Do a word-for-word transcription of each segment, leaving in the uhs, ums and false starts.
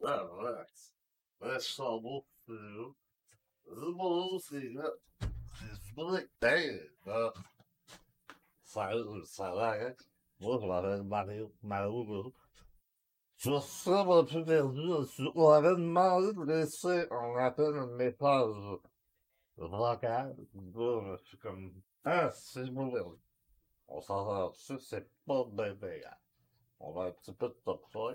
Ah, ouais. Ouais, je sens beau. C'est bon, c'est là. C'est vrai. Ben, là, ça, ça va, hein. Moi, je m'appelle Mario. Mario, là. Je suis un peu perdu. On avait demandé de laisser un appel, un message vocal. Là, je suis comme, ah, c'est mauvais. On s'en rend dessus, c'est pas bien payant. On a un petit peu de top five.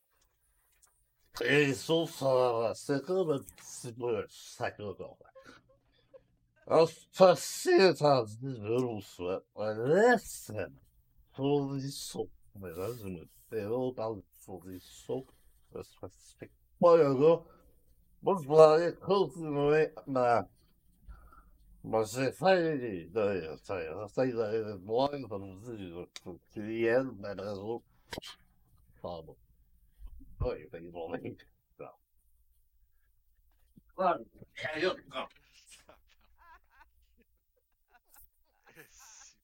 Et sauf ça, c'est comme un petit peu sacré quoi. Alors, ceci étant dit, je vous souhaite un excellent fournisseau. Mesdames et messieurs, et là, on parle de fournisseau, je spécifique pas le gars. Moi, je voudrais continuer ma, ma j'essaie de, de, j'essaie de voir, comme je dis, je client, mais le réseau, pas bon. Ah, il fait des journées. Non. Ah, aïe, ah. Si.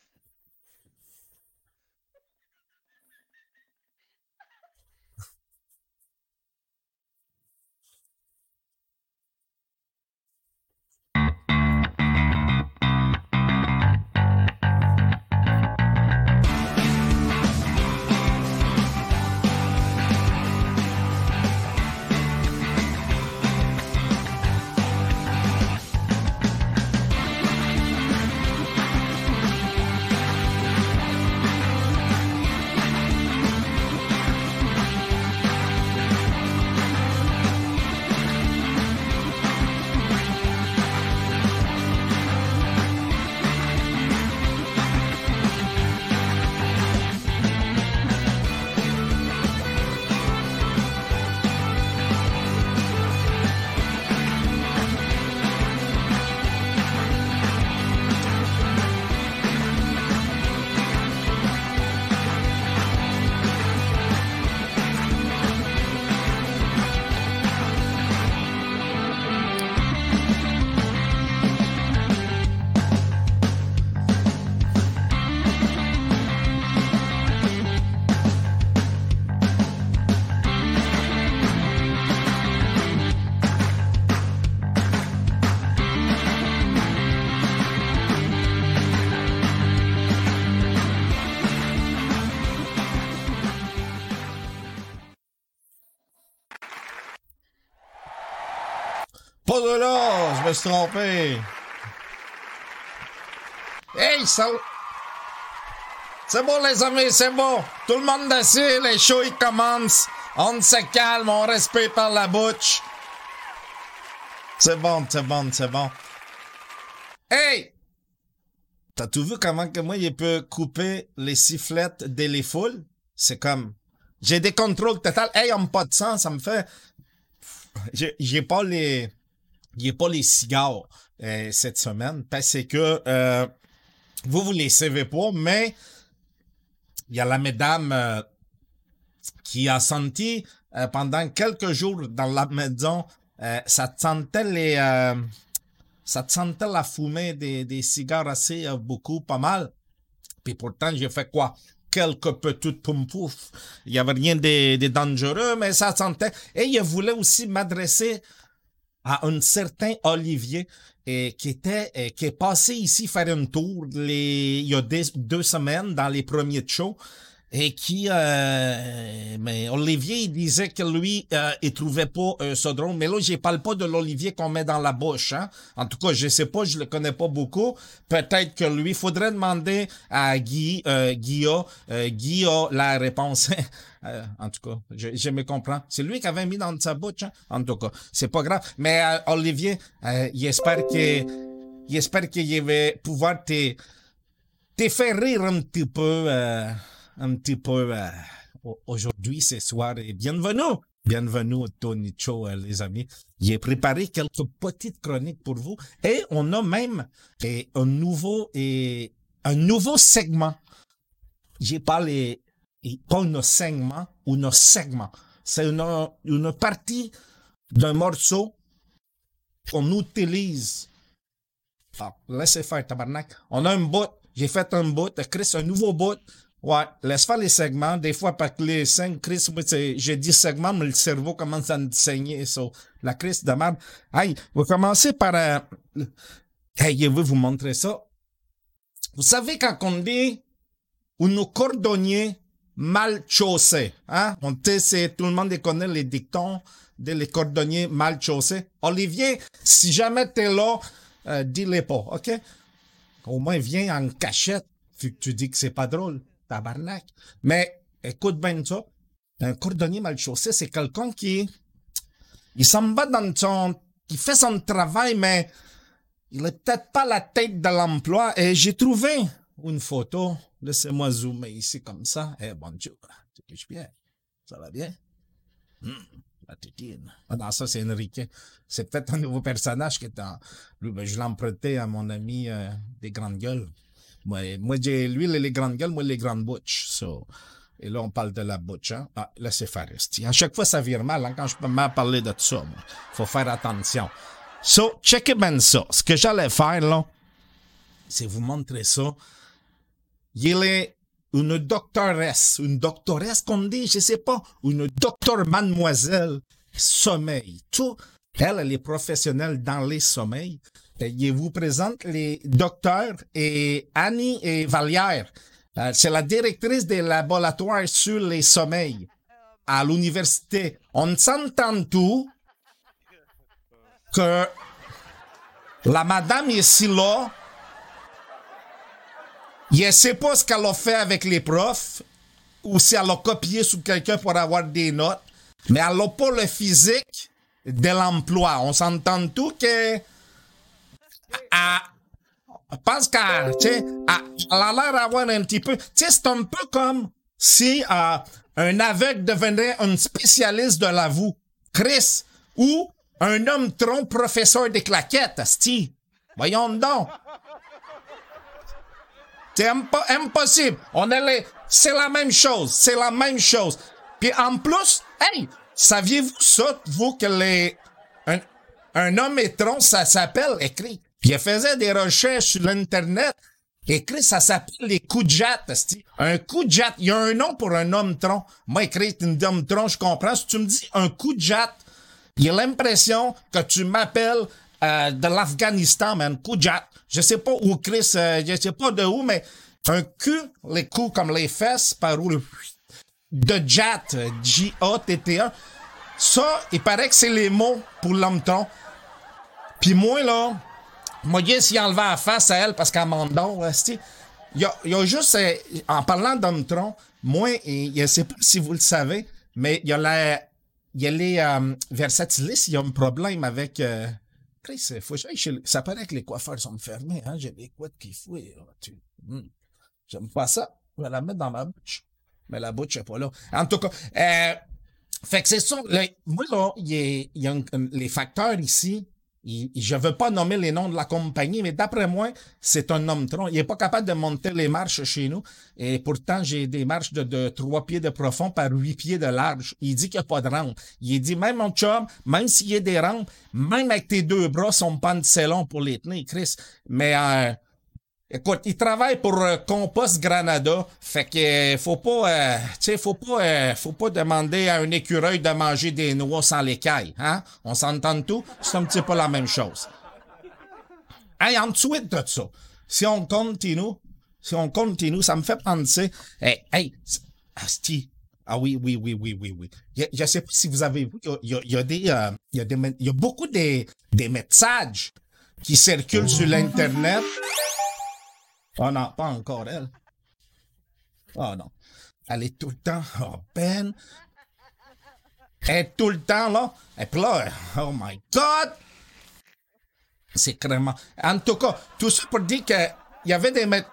Pas de là, je me suis trompé. Hey, ça... C'est bon, les amis, c'est bon. Tout le monde assis, les shows, ils commencent. On se calme, on respire par la bouche. C'est bon, c'est bon, c'est bon. Hey! T'as tout vu comment que moi, il peut couper les sifflettes dès les foules? C'est comme... J'ai des contrôles total. Hey, on pas de sang, ça me fait... J'ai, j'ai pas les... J'ai pas les cigares euh, cette semaine parce que euh, vous, vous les savez pas, mais il y a la madame euh, qui a senti euh, pendant quelques jours dans la maison, euh, ça sentait les... Euh, ça sentait la fumée des, des cigares assez euh, beaucoup, pas mal. Puis pourtant, j'ai fait quoi? Quelques petites poum-pouf. Il y avait rien de, de dangereux, mais ça sentait. Et il voulait aussi m'adresser à un certain Olivier et qui était et qui est passé ici faire un tour les, il y a des, deux semaines dans les premiers shows et qui euh, mais Olivier il disait que lui euh, il trouvait pas euh, ça drôle, mais là je parle pas de l'Olivier qu'on met dans la bouche, hein. En tout cas je sais pas, je le connais pas beaucoup, peut-être que lui faudrait demander à Guy euh, Guilla euh, Guy a la réponse. Euh, en tout cas, je, je me comprends. C'est lui qui avait mis dans sa bouche, hein? En tout cas, c'est pas grave. Mais euh, Olivier, euh, il espère que, il espère qu'il va pouvoir te, te faire rire un petit peu, euh, un petit peu euh, aujourd'hui, ce soir. Et bienvenue, bienvenue au Tony Show, euh, les amis. J'ai préparé quelques petites chroniques pour vous et on a même et un nouveau et un nouveau segment. J'ai pas les et pas un segment ou un segment. C'est une, une partie d'un morceau qu'on utilise. Ah, laissez faire, tabarnak. On a un bout. J'ai fait un bout. Chris, un nouveau bout. Ouais, laisse faire les segments. Des fois, parce que les cinq, Chris, moi, j'ai dit segments, mais le cerveau commence à me saigner. So, la crise de merde. Hey, on va commencer par... Euh... Hey, je vais vous montrer ça. Vous savez, quand on dit un cordonnier mal chaussé, hein? On sait, tout le monde connaît les dictons de les cordonniers mal chaussés. Olivier, si jamais t'es là, euh, dis-les pas, OK? Au moins, viens en cachette, vu que tu dis que c'est pas drôle, tabarnak. Mais, écoute bien ça. Un cordonnier mal chaussé, c'est quelqu'un qui, il s'en va dans son, il fait son travail, mais il est peut-être pas la tête de l'emploi. Et j'ai trouvé une photo. Laissez-moi zoomer ici comme ça. Eh, bonjour. Tu couches bien? Ça va bien? Hum, la tétine. Ah non, ça, c'est Enrique. C'est peut-être un nouveau personnage qui est en... Lui, ben, je l'ai emprunté à mon ami euh, des grandes gueules. Moi, moi j'ai lui, les, les grandes gueules, moi, les grandes butches. So. Et là, on parle de la butch, hein? Ah, là, c'est Faresti. À chaque fois, ça vire mal, hein, quand je peux mal parler de ça. Moi. Faut faire attention. So, checkez bien ça. Ce que j'allais faire, là, c'est vous montrer ça. Il est une doctoresse, une doctoresse qu'on dit, je sais pas, une docteur mademoiselle sommeil. Tout, elle, elle est professionnelle dans les sommeils. Et il vous présente les docteurs et Annie et Vallière. Euh, c'est la directrice des laboratoires sur les sommeils à l'université. On s'entend tout que la madame ici là, je ne sais pas ce qu'elle a fait avec les profs ou si elle a copié sur quelqu'un pour avoir des notes, mais elle n'a pas le physique de l'emploi. On s'entend tout que... Je pense qu'elle a l'air d'avoir un petit peu... Tu sais, c'est un peu comme si euh, un aveugle devenait un spécialiste de l'avou. Chris, ou un homme tronc professeur des claquettes, asti. Voyons donc. C'est impo impossible. On est les... C'est la même chose. C'est la même chose. Puis en plus, hey, saviez-vous ça, vous, que les... Un, un homme étron, ça s'appelle, écrit. Puis il faisait des recherches sur l'Internet. Écrit, ça s'appelle les coups de jatte, asti. Un coup de jatte. Il y a un nom pour un homme tronc. Moi, écrit, un homme tronc, je comprends. Si tu me dis un coup de jatte, il a l'impression que tu m'appelles euh, de l'Afghanistan, mais un coup de jatte. Je sais pas où, Chris, euh, je sais pas de où, mais un cul, les coups comme les fesses, par où le... De jatte, J A T T A. Ça, il paraît que c'est les mots pour l'homme tronc. Puis moi, là, moi, je s'y enlevait la face à elle parce qu'elle m'endort, il y a, il y a juste, euh, en parlant d'homme tronc, moi, et, je sais pas si vous le savez, mais il y a la... Il y a les euh, versatilistes, il y a un problème avec... Euh, Chris, faut, ça paraît que les coiffeurs sont fermés, hein? J'ai des couettes qui fouillent. Hmm. J'aime pas ça. Je vais la mettre dans ma bouche. Mais la bouche n'est pas là. En tout cas, euh, fait que c'est ça. Là, moi, là, il y a, y a un, les facteurs ici. Il, je veux pas nommer les noms de la compagnie, mais d'après moi, c'est un homme tronc. Il est pas capable de monter les marches chez nous. Et pourtant, j'ai des marches de, de trois pieds de profond par huit pieds de large. Il dit qu'il n'y a pas de rampe. Il dit, même mon chum, même s'il y a des rampes, même avec tes deux bras, sont pas assez longs pour les tenir, Chris. Mais, euh, écoute, il travaille pour euh, Compost Granada. Fait que, euh, faut pas, euh, tu sais, faut pas, euh, faut pas demander à un écureuil de manger des noix sans l'écaille, hein? On s'entend tout? C'est un petit peu la même chose. Hey, ensuite de ça, si on continue, si on continue, ça me fait penser, hey, hey, asti. Ah oui, oui, oui, oui, oui, oui. Je, je sais pas si vous avez vu, il y a, il y a des, euh, il y a des, il y a beaucoup des, des messages qui circulent sur l'Internet. Oh non, pas encore elle. Oh non. Elle est tout le temps, oh Ben. Elle est tout le temps là. Et puis là, oh my God. C'est vraiment... En tout cas, tout ça pour dire qu'il y avait des... Met...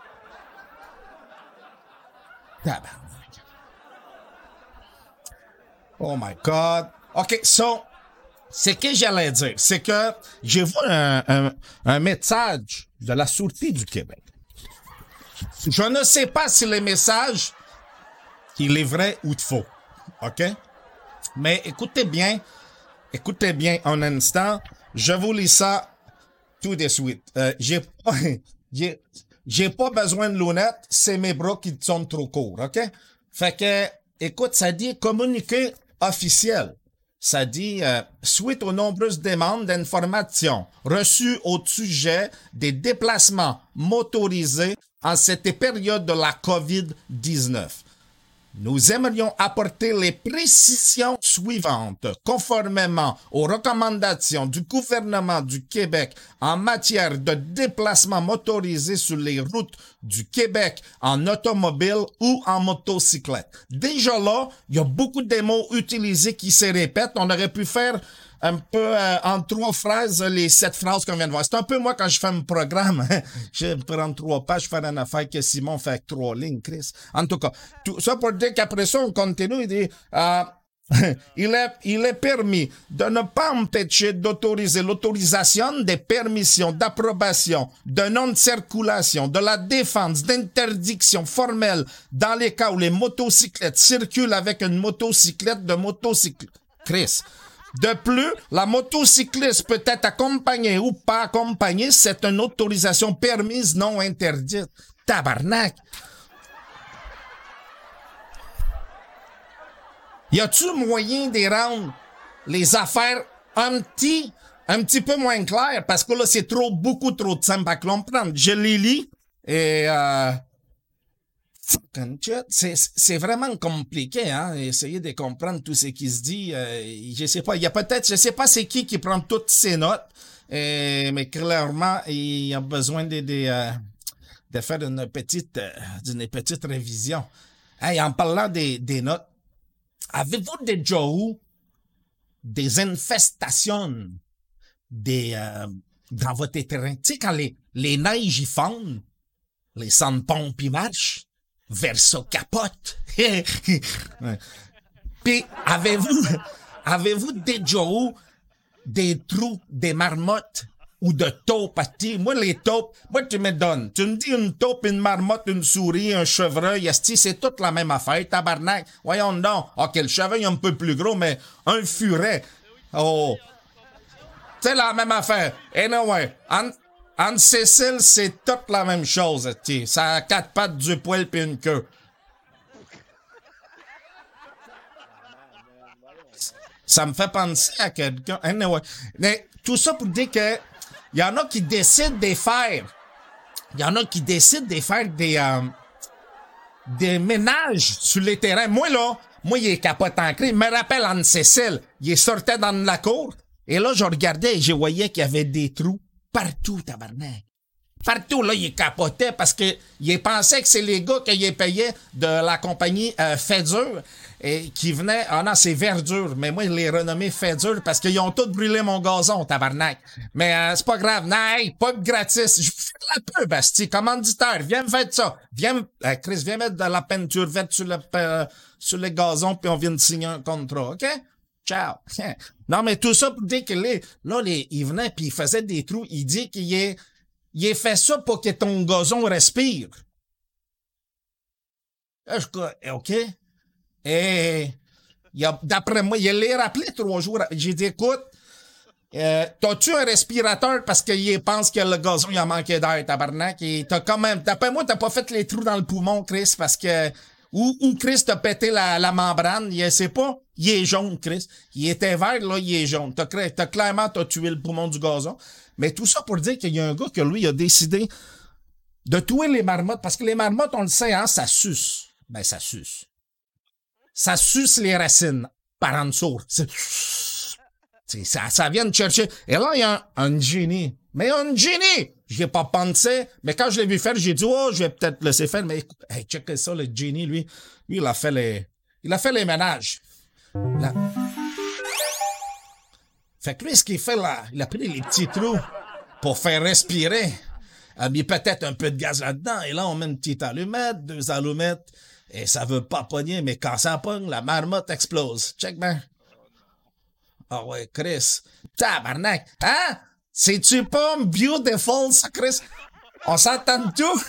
Oh my God. OK, so, c'est que j'allais dire. C'est que j'ai vu un, un, un message de la Sûreté du Québec. Je ne sais pas si le message, il est vrai ou faux. OK? Mais écoutez bien, écoutez bien un instant. Je vous lis ça tout de suite. Euh, j'ai, j'ai, j'ai pas besoin de lunettes, c'est mes bras qui sont trop courts, OK? Fait que, écoute, ça dit communiqué officiel. Ça dit, euh, suite aux nombreuses demandes d'informations reçues au sujet des déplacements motorisés en cette période de la COVID dix-neuf. Nous aimerions apporter les précisions suivantes conformément aux recommandations du gouvernement du Québec en matière de déplacement motorisé sur les routes du Québec en automobile ou en motocyclette. Déjà là, il y a beaucoup de mots utilisés qui se répètent. On aurait pu faire un peu euh, en trois phrases les sept phrases qu'on vient de voir. C'est un peu moi quand je fais un programme. Je vais prendre trois pages, faire une affaire que Simon fait avec trois lignes, Chris. En tout cas, tout ça pour dire qu'après ça, on continue. Il dit, euh, il est, il est permis de ne pas empêcher d'autoriser l'autorisation des permissions d'approbation, de non-circulation, de la défense, d'interdiction formelle dans les cas où les motocyclettes circulent avec une motocyclette de motocyclette. Chris. De plus, la motocycliste peut être accompagnée ou pas accompagnée, c'est une autorisation permise non interdite. Tabarnak! Y a-tu moyen de rendre les affaires un petit, un petit peu moins claires? Parce que là, c'est trop, beaucoup trop de simple à comprendre. Je les lis et, euh, c'est, c'est vraiment compliqué, hein, essayer de comprendre tout ce qui se dit. Euh, je sais pas, il y a peut-être, je sais pas c'est qui qui prend toutes ces notes, euh, mais clairement, il y a besoin de, de, euh, de faire une petite, euh, d'une petite révision. Hey, en parlant des, des notes, avez-vous déjà eu des infestations des, euh, dans votre terrain? Tu sais, quand les, les neiges y fondent, les sans-pompes y marchent, verso capote. Puis, avez-vous, avez-vous déjà eu des trous, des marmottes ou de taupes à ti? Moi, les taupes, moi, tu me donnes. Tu me dis une taupe, une marmotte, une souris, un chevreuil, esti, c'est toute la même affaire, tabarnak. Voyons donc. OK, le chevreuil est un peu plus gros, mais un furet. Oh. C'est la même affaire. Anyway, en, en Cécile, c'est toute la même chose, esti. Ça a quatre pattes, du poil puis une queue. Ça me fait penser à quelqu'un. Anyway. Mais tout ça pour dire que il y en a qui décident de faire. Il y en a qui décident de faire des euh, des ménages sur les terrains. Moi, là, moi, il est capote en cri. Il me rappelle Anne-Cécile. Il sortait dans la cour. Et là, je regardais et je voyais qu'il y avait des trous partout, tabarnak. Partout, là, il capotait parce que il pensait que c'est les gars qu'il payait de la compagnie euh, Fait-Dur et qui venaient... Ah non, c'est Verdure, mais moi, je l'ai renommé Fait-Dur parce qu'ils ont tous brûlé mon gazon, tabarnak. Mais euh, c'est pas grave. Non, hey, pas de gratis. Je vous fais de la pub, asti. Commanditaire, viens me faire ça. Viens me... Euh, Chris, viens mettre de la peinture verte sur le, euh, sur le gazon puis on vient de signer un contrat, OK? Ciao. Non, mais tout ça pour dire que les, là, les, ils venaient puis ils faisaient des trous. Il dit qu'il est... Il a fait ça pour que ton gazon respire. Là, je OK. Et il a, d'après moi, il l'a rappelé trois jours. J'ai dit, écoute, euh, t'as-tu un respirateur parce qu'il pense que le gazon, il a manqué d'air, tabarnak? Et t'as quand même, d'après moi, t'as pas fait les trous dans le poumon, Chris, parce que, ou, ou Chris t'a pété la, la membrane, il sait pas. Il est jaune, Chris. Il était vert, là, il est jaune. T'as, t'as clairement, t'as tué le poumon du gazon. Mais tout ça pour dire qu'il y a un gars que lui a décidé de tuer les marmottes. Parce que les marmottes, on le sait, hein, ça suce. Ben, ça suce. Ça suce les racines par en dessous. C'est, c'est, ça, ça vient de chercher. Et là, il y a un, un génie. Mais un génie! J'y ai pas pensé. Mais quand je l'ai vu faire, j'ai dit, oh, je vais peut-être laisser faire. Mais écoute, hey, check ça, le génie, lui. Lui, il a fait les, il a fait les ménages. Là. Fait que lui, ce qu'il fait là, il a pris les petits trous pour faire respirer. Il a mis peut-être un peu de gaz là-dedans. Et là, on met une petite allumette, deux allumettes. Et ça veut pas pogner, mais quand ça pogne, la marmotte explose. Check ben. Ah oh ouais, Chris. Tabarnak. Hein? C'est-tu pas beautiful, ça, Chris? On s'entend tout?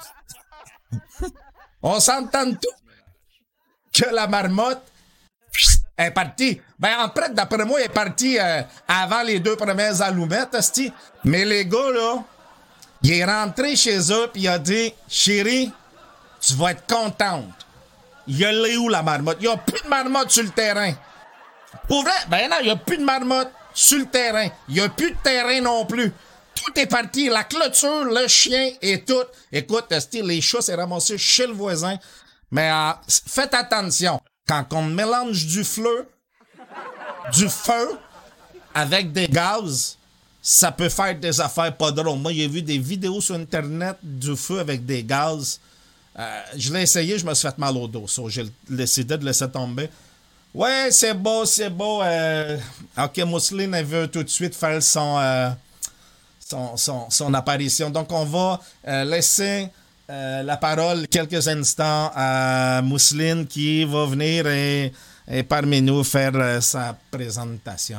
On s'entend tout? Que la marmotte est partie. Ben, en fait, d'après moi, elle est partie euh, avant les deux premières allumettes, asti. Mais les gars, là, Il est rentré chez eux, puis il a dit, chérie, tu vas être contente. Il y a l'est où, la marmotte? Il n'y a plus de marmotte sur le terrain. Pour vrai? Ben non, il n'y a plus de marmotte sur le terrain. Il n'y a plus de terrain non plus. Tout est parti. La clôture, le chien et tout. Écoute, les chats s'est ramassé chez le voisin. Mais euh, faites attention. Quand on mélange du feu, du feu avec des gaz, ça peut faire des affaires pas drôles. Moi, j'ai vu des vidéos sur Internet du feu avec des gaz. Euh, je l'ai essayé, je me suis fait mal au dos. So, j'ai décidé de laisser tomber. Ouais, c'est beau, c'est beau. Euh, ok, Mousseline, elle veut tout de suite faire son, euh, son, son, son apparition. Donc, on va euh, laisser euh, la parole quelques instants à Mousseline qui va venir et, et parmi nous faire euh, sa présentation.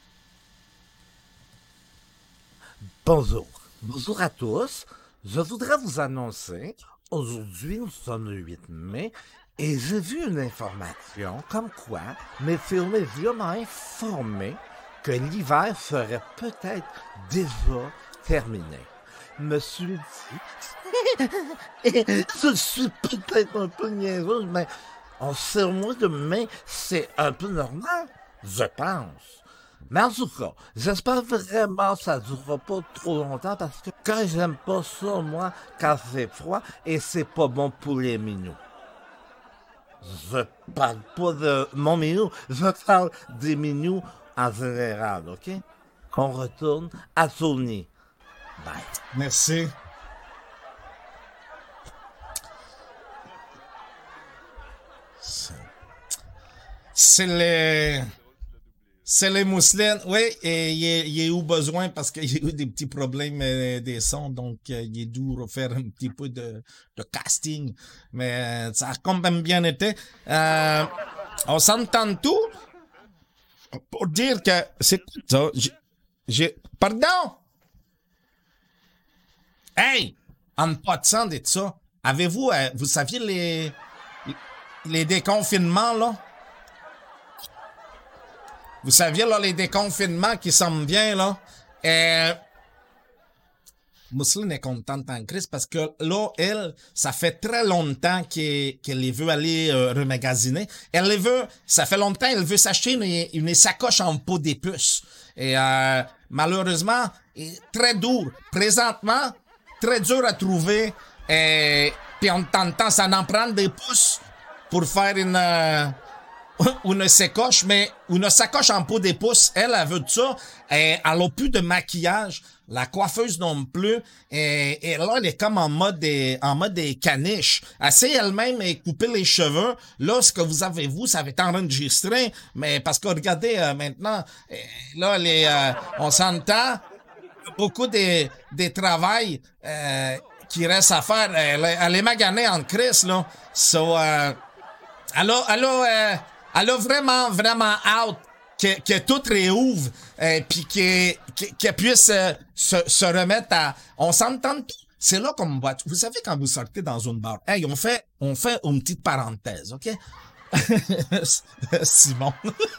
Bonjour. Bonjour à tous. Je voudrais vous annoncer, aujourd'hui, nous sommes le huit mai, et j'ai vu une information comme quoi Météo Média m'a informé que l'hiver serait peut-être déjà terminé. Je me suis dit, et je suis peut-être un peu niaiseuse, mais on sait au mois de mai, c'est un peu normal, je pense. Mais en tout cas, j'espère vraiment que ça ne durera pas trop longtemps parce que quand j'aime pas ça, moi, quand c'est froid, et c'est pas bon pour les minous. Je parle pas de mon minou, je parle des minous en général, OK? On retourne à Tony. Bye. Merci. C'est les... C'est les mousselines. Oui, et il est, il est au besoin parce qu'il y a eu des petits problèmes euh, des sons, donc euh, il est dû refaire un petit peu de, de casting. Mais euh, ça a quand même bien été. Euh, on s'entend tout pour dire que c'est ça. J'ai, j'ai, pardon? Hey! En pas de sang et tout ça. Avez-vous, euh, vous saviez les, les déconfinements, là? Vous saviez, là, les déconfinements qui s'en viennent, là. Euh, Mousseline est contente en crise parce que là, elle, ça fait très longtemps qu'elle, qu'elle les veut aller euh, remagasiner. Elle les veut, ça fait longtemps, elle veut s'acheter une, une sacoche en peau d'épuce. Et euh, malheureusement, très dur. Présentement, très dur à trouver. Et puis on t'entend, ça en prend des pouces pour faire une... Euh, une sacoche, mais une sacoche en peau d'épouse, elle, elle veut de ça. Et elle a plus de maquillage. La coiffeuse non plus. Et, et là, elle est comme en mode des, en mode des caniches. Elle sait elle-même couper les cheveux. Là, ce que vous avez, vous, ça va être enregistré. Mais parce que regardez, euh, maintenant, euh, là, les, euh, on s'entend. Beaucoup des, des travails, euh, qui restent à faire. Elle, elle est maganée en crise, là. So, euh, elle a, elle a, euh, Elle a vraiment, vraiment hâte que, que tout réouvre euh, puis qu'elle qu puisse euh, se, se remettre à... On s'entend tout. C'est là qu'on voit... Vous savez, quand vous sortez dans une bar, hey, on fait, on fait une petite parenthèse, OK? Simon.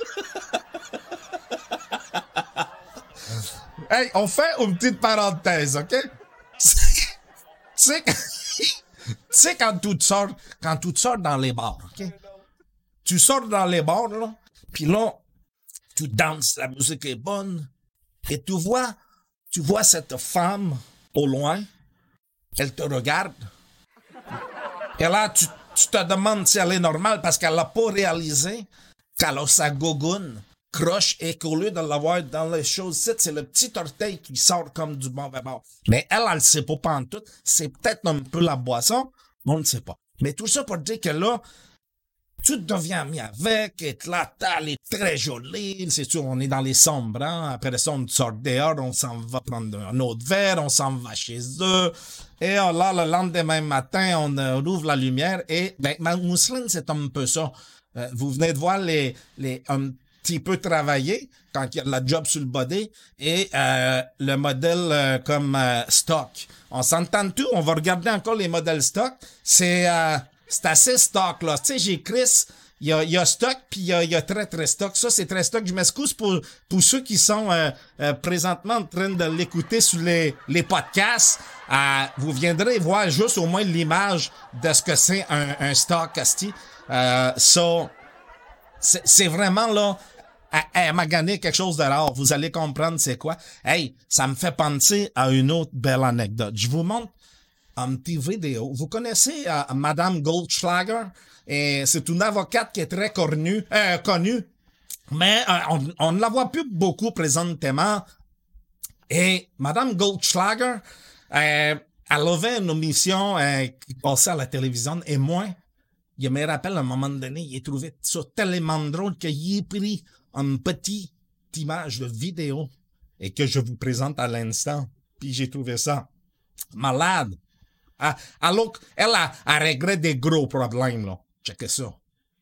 Hey, on fait une petite parenthèse, OK? Tu sais, tu sais, quand tout sort, quand tout sort dans les bars, OK? Tu sors dans les bars, là, puis là, tu danses, la musique est bonne, et tu vois, tu vois cette femme au loin, elle te regarde, et là, tu, tu te demandes si elle est normale parce qu'elle n'a pas réalisé qu'elle a sa gogoune croche et qu'au lieu de l'avoir dans les choses, c'est le petit orteil qui sort comme du mauvais bord. Mais elle, elle ne sait pas pantoute, c'est peut-être un peu la boisson, on ne sait pas. Mais tout ça pour dire que là, tu deviens ami avec, et là, elle est très jolie, c'est sûr, on est dans les sombres, hein? Après ça, on sort dehors, on s'en va prendre un autre verre, on s'en va chez eux, et oh là, le lendemain matin, on, euh, on ouvre la lumière, et, ben, ma mousseline, c'est un peu ça. Euh, vous venez de voir les, les, un petit peu travailler, quand il y a de la job sur le body, et, euh, le modèle, euh, comme, euh, stock. On s'entend tout, on va regarder encore les modèles stock, c'est, euh, c'est assez stock, là. Tu sais, j'ai Chris, Il y a, il y a stock, puis il y a, il y a très, très stock. Ça, c'est très stock. Je m'excuse pour, pour ceux qui sont euh, euh, présentement en train de l'écouter sur les, les podcasts. Euh, vous viendrez voir juste au moins l'image de ce que c'est un, un stock, Asti. Euh, so, c'est, c'est vraiment, là, elle m'a gagné quelque chose de rare. Vous allez comprendre c'est quoi. Hey, ça me fait penser à une autre belle anecdote. Je vous montre un petit vidéo. Vous connaissez euh, Madame Goldschlager? Et c'est une avocate qui est très connue, euh, connue, mais euh, on, on ne la voit plus beaucoup présentement. Et Madame Goldschlager, euh, elle avait une émission euh, qui passait à la télévision, et moi, je me rappelle à un moment donné, j'ai trouvé ça tellement drôle que j'ai pris une petite image de vidéo et que je vous présente à l'instant. Puis j'ai trouvé ça malade. Ah, alors, elle a, a réglé des gros problèmes, là. Checkez ça.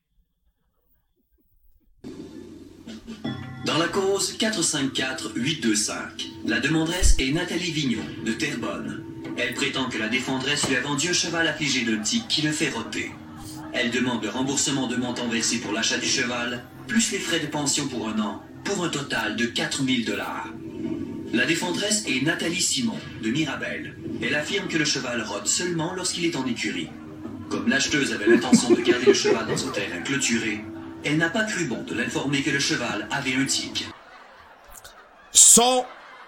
Dans la cause quatre cinq quatre huit deux cinq, la demanderesse est Nathalie Vignon, de Terrebonne. Elle prétend que la défendresse lui a vendu un cheval affligé d'un tic qui le fait roter. Elle demande le remboursement de montant versé pour l'achat du cheval, plus les frais de pension pour un an, pour un total de quatre mille dollars. La défendresse est Nathalie Simon, de Mirabel. Elle affirme que le cheval rote seulement lorsqu'il est en écurie. Comme l'acheteuse avait l'intention de garder le cheval dans un terrain clôturé, elle n'a pas cru bon de l'informer que le cheval avait un tic. So,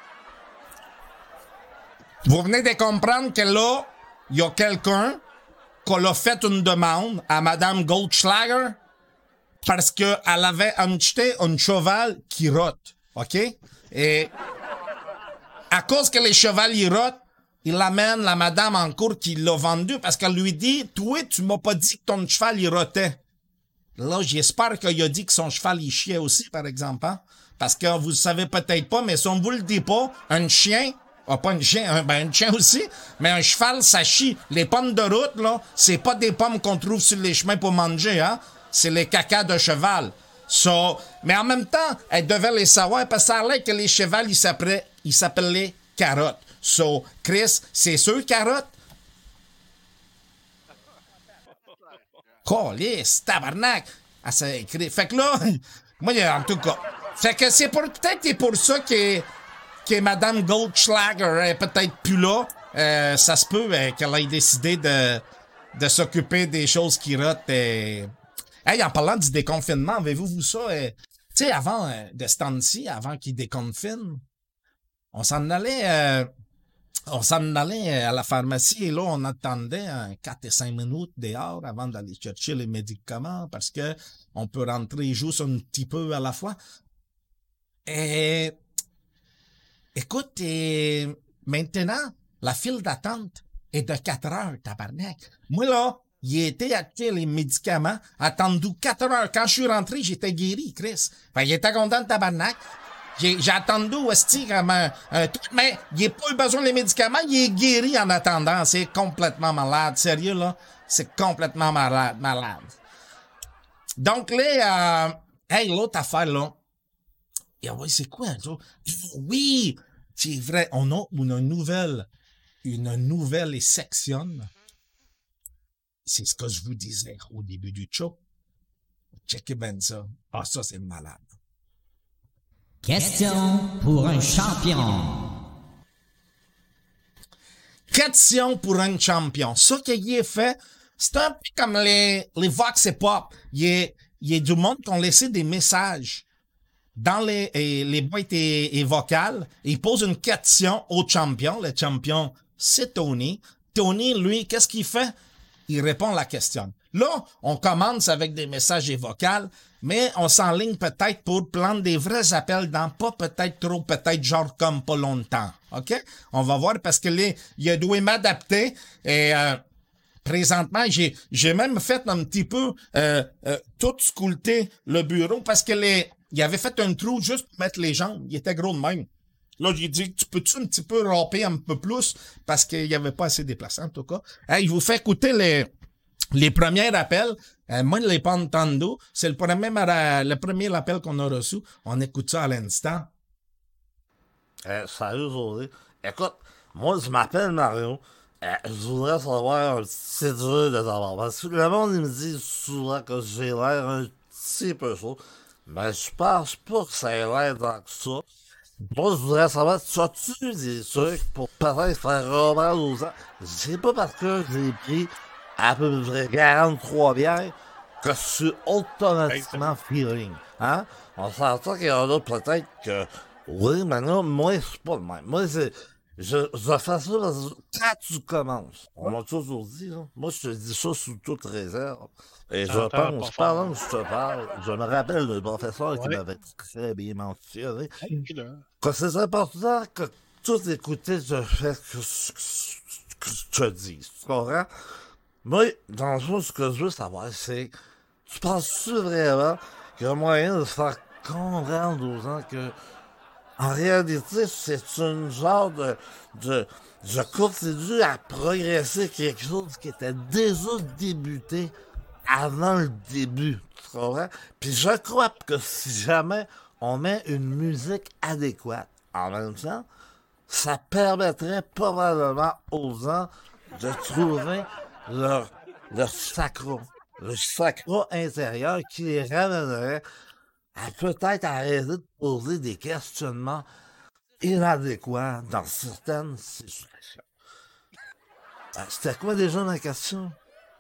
vous venez de comprendre que là, il y a quelqu'un qui a fait une demande à Madame Goldschlager parce qu'elle avait acheté un cheval qui rote, OK? Et à cause que les chevals y rotent, il amène la madame en cours qui l'a vendu parce qu'elle lui dit « Toi, tu m'as pas dit que ton cheval y rotait. » Là, j'espère qu'il a dit que son cheval y chiait aussi, par exemple. Hein? Parce que vous savez peut-être pas, mais si on vous le dit pas, un chien, ah, pas un chien, un, ben un chien aussi, mais un cheval, ça chie. Les pommes de route, là, c'est pas des pommes qu'on trouve sur les chemins pour manger, hein. C'est les cacas de cheval. So, mais en même temps, elle devait les savoir parce que ça a l'air que les chevals, ils s'appelaient, ils s'appelaient carottes. So, Chris, c'est sûr carottes? Calice, tabarnak! Ah, c'est écrit. Fait que là, moi, en tout cas. Fait que c'est pour, peut-être que pour ça que, que Madame Goldschlager est peut-être plus là. Euh, ça se peut euh, qu'elle ait décidé de, de s'occuper des choses qui rotent. Et... Hey, en parlant du déconfinement, avez-vous vu ça? Euh, tu sais, avant euh, de ce temps-ci, avant qu'ils déconfinent, on s'en allait... Euh, On s'en allait à la pharmacie et là, on attendait un quatre et cinq minutes dehors avant d'aller chercher les médicaments parce que on peut rentrer juste un petit peu à la fois. Et écoute, et maintenant, la file d'attente est de quatre heures, tabarnak. Moi, là, il était acheté les médicaments, attendu quatre heures. Quand je suis rentré, j'étais guéri, Chris. Fait il était content de tabarnak. J'ai, j'ai attendu aussi comme un, un truc, mais il n'a pas eu besoin des médicaments, il est guéri en attendant. C'est complètement malade. Sérieux, là? C'est complètement malade, malade. Donc, là, euh, hey, l'autre affaire, là. Et oui, c'est quoi, ça? Oui! C'est vrai, on a une nouvelle, une nouvelle section. C'est ce que je vous disais au début du show. Checkez bien ça. Ah, ça, c'est malade. Question pour un champion. Question pour un champion. Ça qu'il est fait, c'est un peu comme les, les Vox et Pop. Il y a, il y a du monde qui ont laissé des messages dans les, et, les boîtes et, et vocales. Il pose une question au champion. Le champion, c'est Tony. Tony, lui, qu'est-ce qu'il fait? Il répond à la question. Là, on commence avec des messages et vocales, mais on s'enligne peut-être pour prendre des vrais appels dans pas peut-être trop, peut-être genre comme pas longtemps. OK? On va voir parce que les, il a dû m'adapter et euh, présentement, j'ai, j'ai même fait un petit peu euh, euh, tout sculpter le bureau parce que les, il avait fait un trou juste pour mettre les jambes. Il était gros de même. Là, j'ai dit, tu peux-tu un petit peu râper un peu plus parce qu'il n'y avait pas assez déplaçant, en tout cas. Hey, il vous fait écouter les... Les premiers appels, euh, moi, je ne l'ai pas entendu. C'est le premier, le premier appel qu'on a reçu. On écoute ça à l'instant. Euh, salut, José. Écoute, moi, je m'appelle Mario. Euh, je voudrais savoir un petit dur de savoir. Parce que le monde, il me dit souvent que j'ai l'air un petit peu chaud. Mais je pense pas que ça ait l'air tant que ça. Moi, je voudrais savoir, tu as-tu des trucs pour peut-être faire reprendre aux gens? C'est pas parce que j'ai pris à peu près quarante-trois bières que je suis automatiquement feeling. Hein? On s'entend qu'il y en a peut-être que, oui, mais là, moi, c'est pas le même. Moi, c'est, je, je fais ça parce que quand tu commences, on m'a toujours dit, là, moi, je te dis ça sous toute réserve. Et je T'entends pas pense, fort. pendant que je te parle, je me rappelle le professeur qui Ouais. m'avait très bien mentionné Hey, là. que c'est important que tout écouter je fais que, que, que je te dis. Tu comprends? Moi, dans le fond, ce que je veux savoir, c'est, tu penses-tu vraiment qu'il y a moyen de faire comprendre aux gens que, en réalité, c'est une genre de, de, je continue à progresser quelque chose qui était déjà débuté avant le début, tu comprends? Puis je crois que si jamais on met une musique adéquate en même temps, ça permettrait probablement aux gens de trouver leur, leur sacro, le sacro intérieur qui les ramènerait à peut-être arrêter de poser des questionnements inadéquats dans certaines situations. Euh, C'était quoi déjà ma question?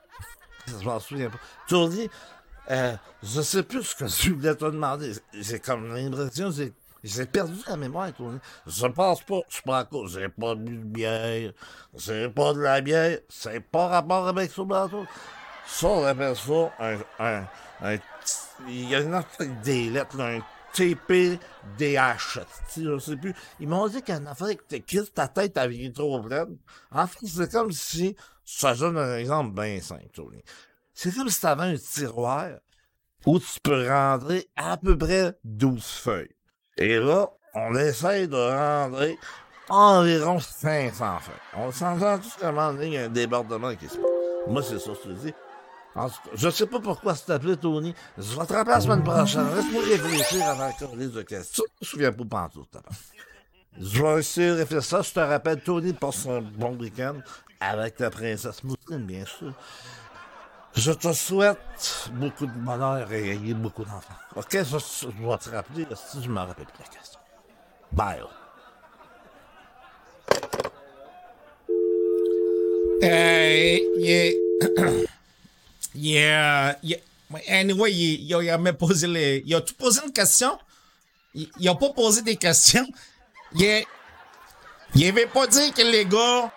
Je m'en souviens pas. Tourdi, euh, je sais plus ce que je voulais te demander. J'ai comme l'impression, j'ai, j'ai perdu la mémoire, Tourdi. Je pense pas, je suis pas à cause, j'ai pas bu de bière, j'ai pas de la bière, c'est pas rapport avec ce bateau. Ça, on appelle ça un, un, un, il y a une affaire avec des lettres, là, un T P D H, je sais plus. Ils m'ont dit qu'il y a une affaire avec t'écris ta tête avait trop pleine. En fait, c'est comme si, ça donne un exemple bien simple, Tony. C'est comme si t'avais un tiroir où tu peux rentrer à peu près douze feuilles. Et là, on essaye de rentrer environ cinq cents feuilles. On s'entend tout comment il y a un débordement qui se passe. Moi, c'est ça que je te dis. En tout cas, je sais pas pourquoi c'est appelé Tony. Je vais te rappeler la semaine prochaine. Laisse-moi réfléchir avant de coller de questions. Je me souviens pas pantoute, t'as pas. Je vais essayer de réfléchir. Je te rappelle, Tony passe un bon week-end avec la princesse Mousseline, bien sûr. Je te souhaite beaucoup de bonheur et ayez beaucoup d'enfants. Ok, je, je vais te rappeler si je me rappelle plus la question. Bye. Euh, yeah. yeah. yeah. Anyway, il, il, il a même posé les. Il a tout posé une question. Il, il a pas posé des questions. Il, il avait pas dit que les gars.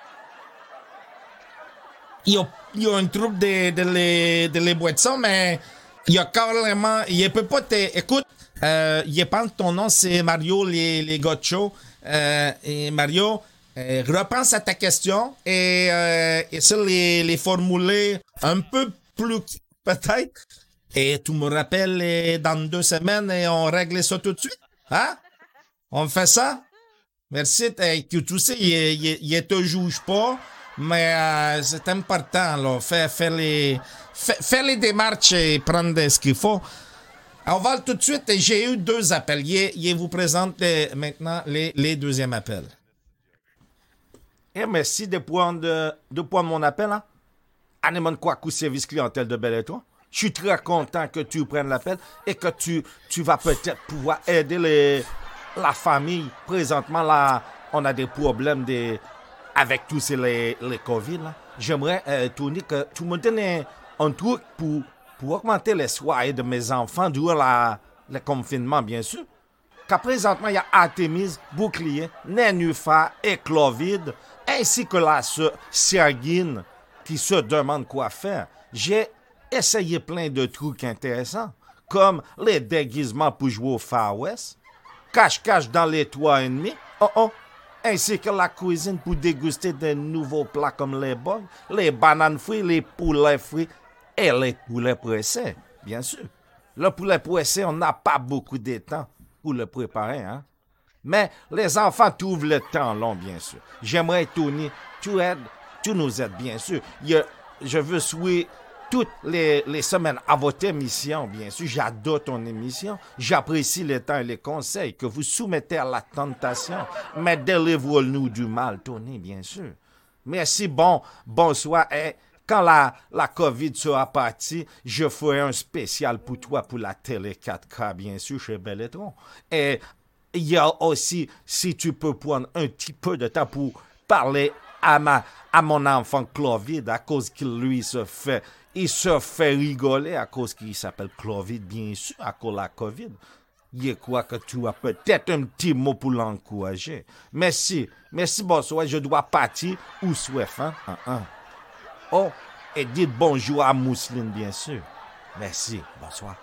Il a, il a un trouble de, de, les, de les boissons, mais il a carrément. Il peut pas te. Écoute, euh, il pense que ton nom c'est Mario, les, les gars de show. Euh, et Mario. Euh, repense à ta question et, euh, et ça les, les formuler un peu plus peut-être. Et tu me rappelles euh, dans deux semaines et on règle ça tout de suite. Hein? On fait ça? Merci. Hey, que tu sais, il, il, il te juge pas, mais euh, c'est important. Là. Fais, fais, les, fais, fais les démarches et prendre ce qu'il faut. On va tout de suite. J'ai eu deux appels. Il, il vous présente les, maintenant les, les deuxièmes appels. Eh, merci de prendre, de prendre mon appel, hein. Anemone Kwaku, service clientèle de Bel Étoile. Je suis très content que tu prennes l'appel et que tu, tu vas peut-être pouvoir aider les, la famille. Présentement, là, on a des problèmes de, avec tous ces les, les COVID, là. J'aimerais, euh, Tony, que tu me donnes un, un truc pour, pour augmenter les soirées de mes enfants durant la, le confinement, bien sûr. Car présentement, il y a Artemis, Bouclier, Nénuphar et Clovide, ainsi que la sœur Sergine qui se demande quoi faire. J'ai essayé plein de trucs intéressants, comme les déguisements pour jouer au Far West, cache-cache dans les toits ennemis, oh oh, ainsi que la cuisine pour déguster de nouveaux plats comme les bugs, les bananes frites, les poulets frits et les poulets pressés, bien sûr. Le poulet pressé, on n'a pas beaucoup de temps pour le préparer, hein. Mais les enfants trouvent le temps long, bien sûr. J'aimerais, Tony, tu aides, tu nous aides, bien sûr. Je, je veux souhaiter toutes les, les semaines à votre émission, bien sûr. J'adore ton émission. J'apprécie le temps et les conseils que vous soumettez à la tentation. Mais délivre-nous du mal, Tony, bien sûr. Merci, bon, bonsoir. Et quand la, la COVID sera partie, je ferai un spécial pour toi pour la télé quatre K, bien sûr, chez Belletron. Et il y a aussi, si tu peux prendre un petit peu de temps pour parler à, ma, à mon enfant Clovid, à cause qu'il lui se fait, il se fait rigoler à cause qu'il s'appelle Clovid, bien sûr, à cause de la COVID. Je crois que tu as peut-être un petit mot pour l'encourager. Merci, merci, bonsoir, je dois partir ou souhaite, hein? hein, hein. Oh, et dites bonjour à Mousseline, bien sûr. Merci, bonsoir.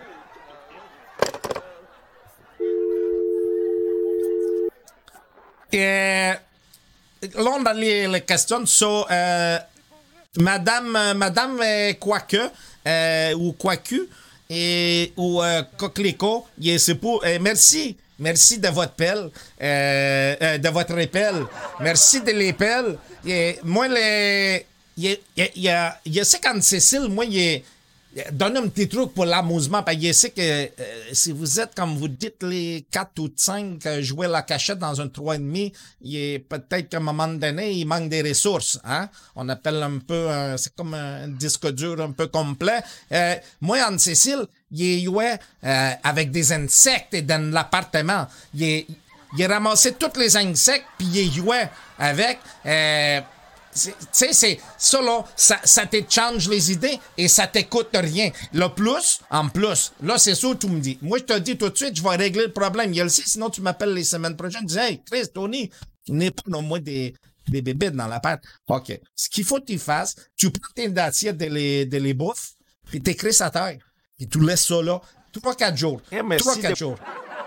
Et là, on a les, les questions sur euh, Madame, euh, Madame euh, Quoique, euh, ou Quoicu, et, ou euh, Coquelicot. Et c'est pour, euh, merci, merci de votre pelle, euh, euh, de votre appel. Merci de l'appel. Et moi, les, il y a, il y a, il y a ça quand Cécile, moi, il y a, donne un petit truc pour l'amusement, parce que je sais que euh, si vous êtes, comme vous dites, les quatre ou cinq euh, jouer la cachette dans un trois et demi, il est peut-être qu'à un moment donné, il manque des ressources, hein. On appelle un peu, euh, c'est comme un disque dur un peu complet. Euh, moi, Anne-Cécile, il jouait euh, avec des insectes dans l'appartement. Il, il ramassait tous les insectes, puis il jouait avec... Euh, tu sais, c'est ça, là, ça, ça te change les idées et ça t'écoute rien. Le plus, en plus, là, c'est sûr, tu me dis. Moi, je te dis tout de suite, je vais régler le problème. Il y a le sait, sinon tu m'appelles les semaines prochaines. Tu dis, hey, Chris, Tony, tu n'es pas non moins des, des bébés dans la pâte. OK. Ce qu'il faut que tu fasses, tu prends tes assiettes de les, de les bouffes, puis t'écris ça à terre. Et tu laisses ça là, trois, quatre jours. Eh, merci trois, quatre de... jours.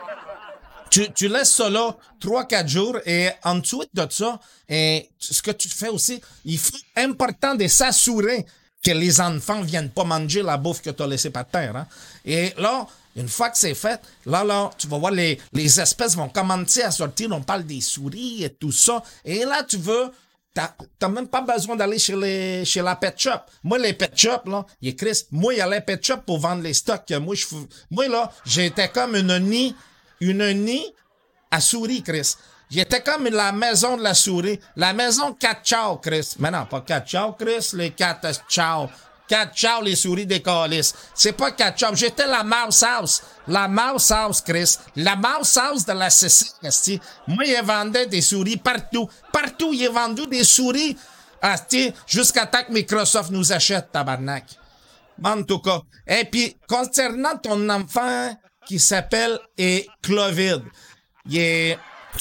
Tu, tu laisses ça là trois quatre jours et ensuite de ça, et ce que tu fais aussi, il faut important de s'assurer que les enfants viennent pas manger la bouffe que tu as laissée par terre. Hein? Et là, une fois que c'est fait, là, là, tu vas voir, les, les espèces vont commencer à sortir. On parle des souris et tout ça. Et là, tu veux... T'as, t'as même pas besoin d'aller chez les, chez la pet shop. Moi, les pet shop, là, il est Chris, moi, il y a les pet shop pour vendre les stocks. Moi, je, moi, là, j'étais comme une nid, une nid à souris, Chris. J'étais comme la maison de la souris. La maison quatre ciao, Chris. Mais non, pas quatre ciao, Chris, les quatre ciao. quatre ciao, les souris des calices. C'est pas quatre ciao. J'étais la mouse house. La mouse house, Chris. La mouse house de la Cécile, moi, il vendait des souris partout. Partout, il vendu des souris. Asti, jusqu'à temps que Microsoft nous achète, tabarnak. En tout cas. Et puis, concernant ton enfant qui s'appelle et Clovid, il est...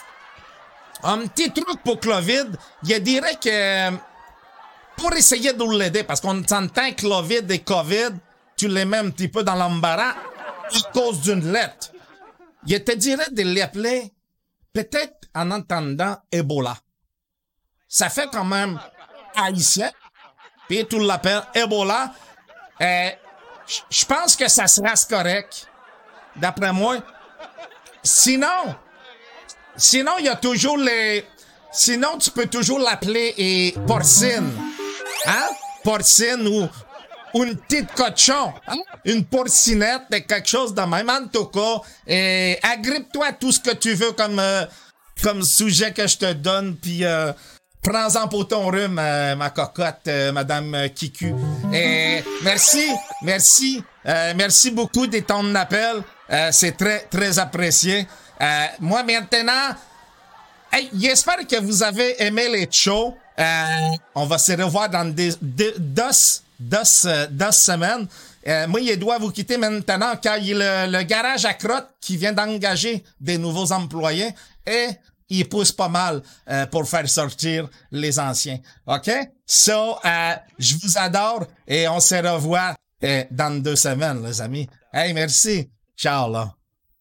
Un petit truc pour Clovid, je dirais que pour essayer de l'aider, parce qu'on s'entend Clovid et COVID, tu les mets un petit peu dans l'embarras à cause d'une lettre. Je te dirais de l'appeler peut-être en entendant Ebola. Ça fait quand même haïtien, puis tu l'appelles Ebola. Euh, je pense que ça sera correct, d'après moi. Sinon... Sinon, il y a toujours les... Sinon, tu peux toujours l'appeler et porcine. Hein? Porcine ou, ou une petite cochon. Hein? Une porcinette, quelque chose de même. En tout cas, et agrippe-toi à tout ce que tu veux comme, euh, comme sujet que je te donne, puis euh, prends-en pour ton rhume, euh, ma cocotte, euh, Madame Kiku. Et merci, merci, euh, merci beaucoup de ton appel. Euh, c'est très, très apprécié. Euh, moi, maintenant, hey, j'espère que vous avez aimé les shows. Euh, on va se revoir dans des, des, deux, deux, deux semaines. Euh, moi, je dois vous quitter maintenant car il y a le, le garage à crotte qui vient d'engager des nouveaux employés et il pousse pas mal euh, pour faire sortir les anciens. OK? So, euh, je vous adore et on se revoit euh, dans deux semaines, les amis. Hey, merci. Ciao, là.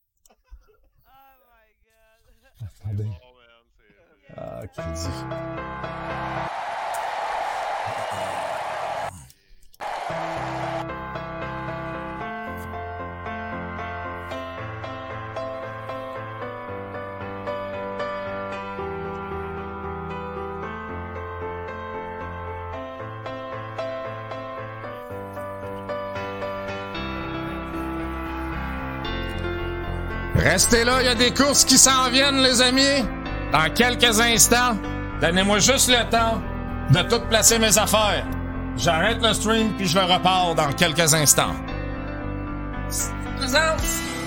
Ah, crédit. Restez là, il y a des courses qui s'en viennent, les amis. Dans quelques instants. Donnez-moi juste le temps. de tout placer mes affaires. J'arrête le stream puis je le repars dans quelques instants. Présence!